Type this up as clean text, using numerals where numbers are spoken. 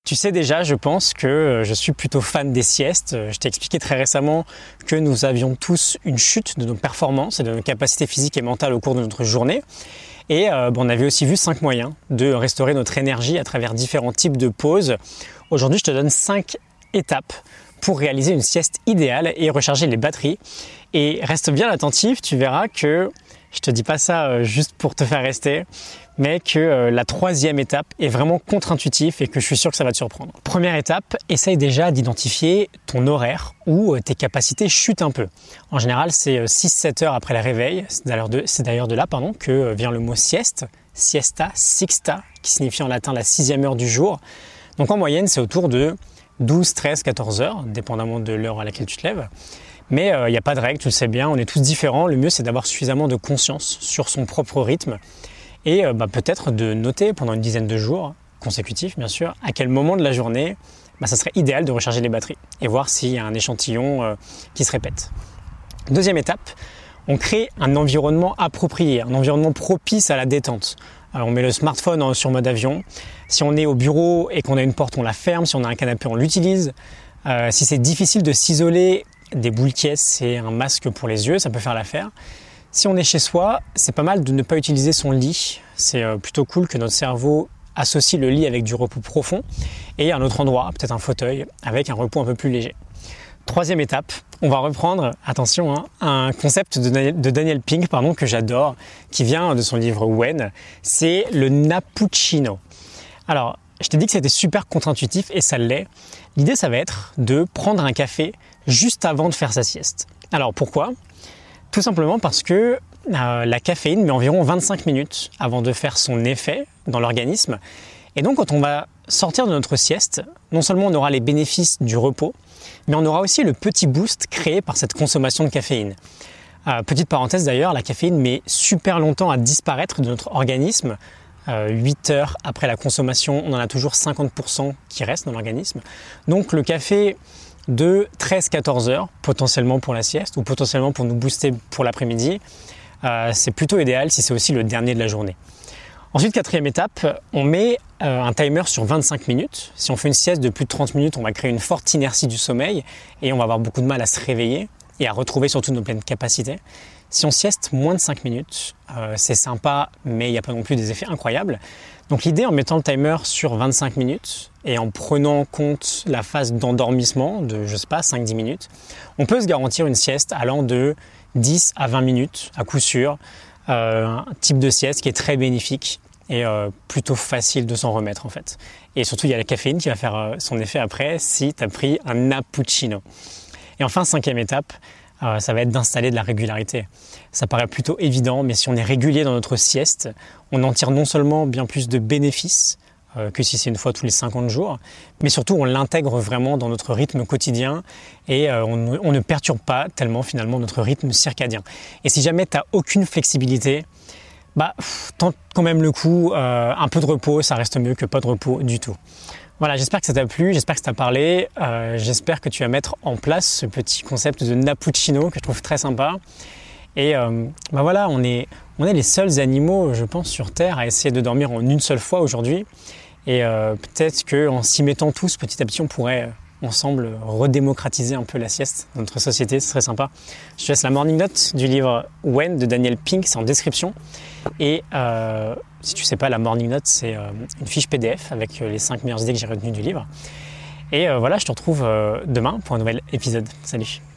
Tu sais déjà, je pense que je suis plutôt fan des siestes. Je t'ai expliqué très récemment que nous avions tous une chute de nos performances et de nos capacités physiques et mentales au cours de notre journée. Et on avait aussi vu 5 moyens de restaurer notre énergie à travers différents types de pauses. Aujourd'hui, je te donne 5 étapes pour réaliser une sieste idéale et recharger les batteries. Et reste bien attentif, tu verras que je te dis pas ça juste pour te faire rester, mais que la 3e étape est vraiment contre-intuitive et que je suis sûr que ça va te surprendre. Première étape, essaye déjà d'identifier ton horaire où tes capacités chutent un peu. En général, c'est 6-7 heures après le réveil. C'est d'ailleurs de là que vient le mot sieste, siesta, sixta, qui signifie en latin la 6e heure du jour. Donc en moyenne, c'est autour de 12, 13, 14 heures, dépendamment de l'heure à laquelle tu te lèves. Mais il n'y a pas de règle, tu le sais bien, on est tous différents. Le mieux, c'est d'avoir suffisamment de conscience sur son propre rythme et peut-être de noter pendant une dizaine de jours consécutifs, bien sûr, à quel moment de la journée ça serait idéal de recharger les batteries et voir s'il y a un échantillon qui se répète. Deuxième étape, on crée un environnement approprié, un environnement propice à la détente. Alors, on met le smartphone sur mode avion. Si on est au bureau et qu'on a une porte, on la ferme. Si on a un canapé, on l'utilise. Si c'est difficile de s'isoler, des boules qui et un masque pour les yeux, ça peut faire l'affaire. Si on est chez soi, c'est pas mal de ne pas utiliser son lit. C'est plutôt cool que notre cerveau associe le lit avec du repos profond et un autre endroit, peut-être un fauteuil, avec un repos un peu plus léger. 3e étape, on va reprendre, attention, un concept de Daniel Pink que j'adore, qui vient de son livre When, c'est le Nappuccino. Alors, je t'ai dit que c'était super contre-intuitif et ça l'est. L'idée, ça va être de prendre un café juste avant de faire sa sieste. Alors, pourquoi ? Tout simplement parce que la caféine met environ 25 minutes avant de faire son effet dans l'organisme. Et donc, quand on va sortir de notre sieste, non seulement on aura les bénéfices du repos, mais on aura aussi le petit boost créé par cette consommation de caféine. Petite parenthèse d'ailleurs, la caféine met super longtemps à disparaître de notre organisme. 8 heures après la consommation, on en a toujours 50% qui restent dans l'organisme. Donc le café de 13-14 heures, potentiellement pour la sieste ou potentiellement pour nous booster pour l'après-midi, c'est plutôt idéal si c'est aussi le dernier de la journée. Ensuite, 4e étape, on met un timer sur 25 minutes. Si on fait une sieste de plus de 30 minutes, on va créer une forte inertie du sommeil et on va avoir beaucoup de mal à se réveiller et à retrouver surtout nos pleines capacités. Si on sieste moins de 5 minutes, c'est sympa, mais il n'y a pas non plus des effets incroyables. Donc l'idée, en mettant le timer sur 25 minutes et en prenant en compte la phase d'endormissement de, 5-10 minutes, on peut se garantir une sieste allant de 10 à 20 minutes à coup sûr. Un type de sieste qui est très bénéfique et plutôt facile de s'en remettre en fait. Et surtout, il y a la caféine qui va faire son effet après si tu as pris un Nappuccino. Et enfin, 5e étape, ça va être d'installer de la régularité. Ça paraît plutôt évident, mais si on est régulier dans notre sieste, on en tire non seulement bien plus de bénéfices que si c'est une fois tous les 50 jours, mais surtout on l'intègre vraiment dans notre rythme quotidien et on ne perturbe pas tellement finalement notre rythme circadien. Et si jamais tu n'as aucune flexibilité, tente quand même le coup, un peu de repos, ça reste mieux que pas de repos du tout. Voilà, j'espère que ça t'a plu, j'espère que ça t'a parlé, j'espère que tu vas mettre en place ce petit concept de Nappuccino que je trouve très sympa. Et voilà, on est les seuls animaux, je pense, sur Terre à essayer de dormir en une seule fois aujourd'hui. Et peut-être qu'en s'y mettant tous petit à petit, on pourrait ensemble redémocratiser un peu la sieste dans notre société, ce serait sympa. Je te laisse la morning note du livre When de Daniel Pink, c'est en description. Et si tu ne sais pas, la morning note, c'est une fiche PDF avec les 5 meilleures idées que j'ai retenues du livre. Et voilà, je te retrouve demain pour un nouvel épisode. Salut!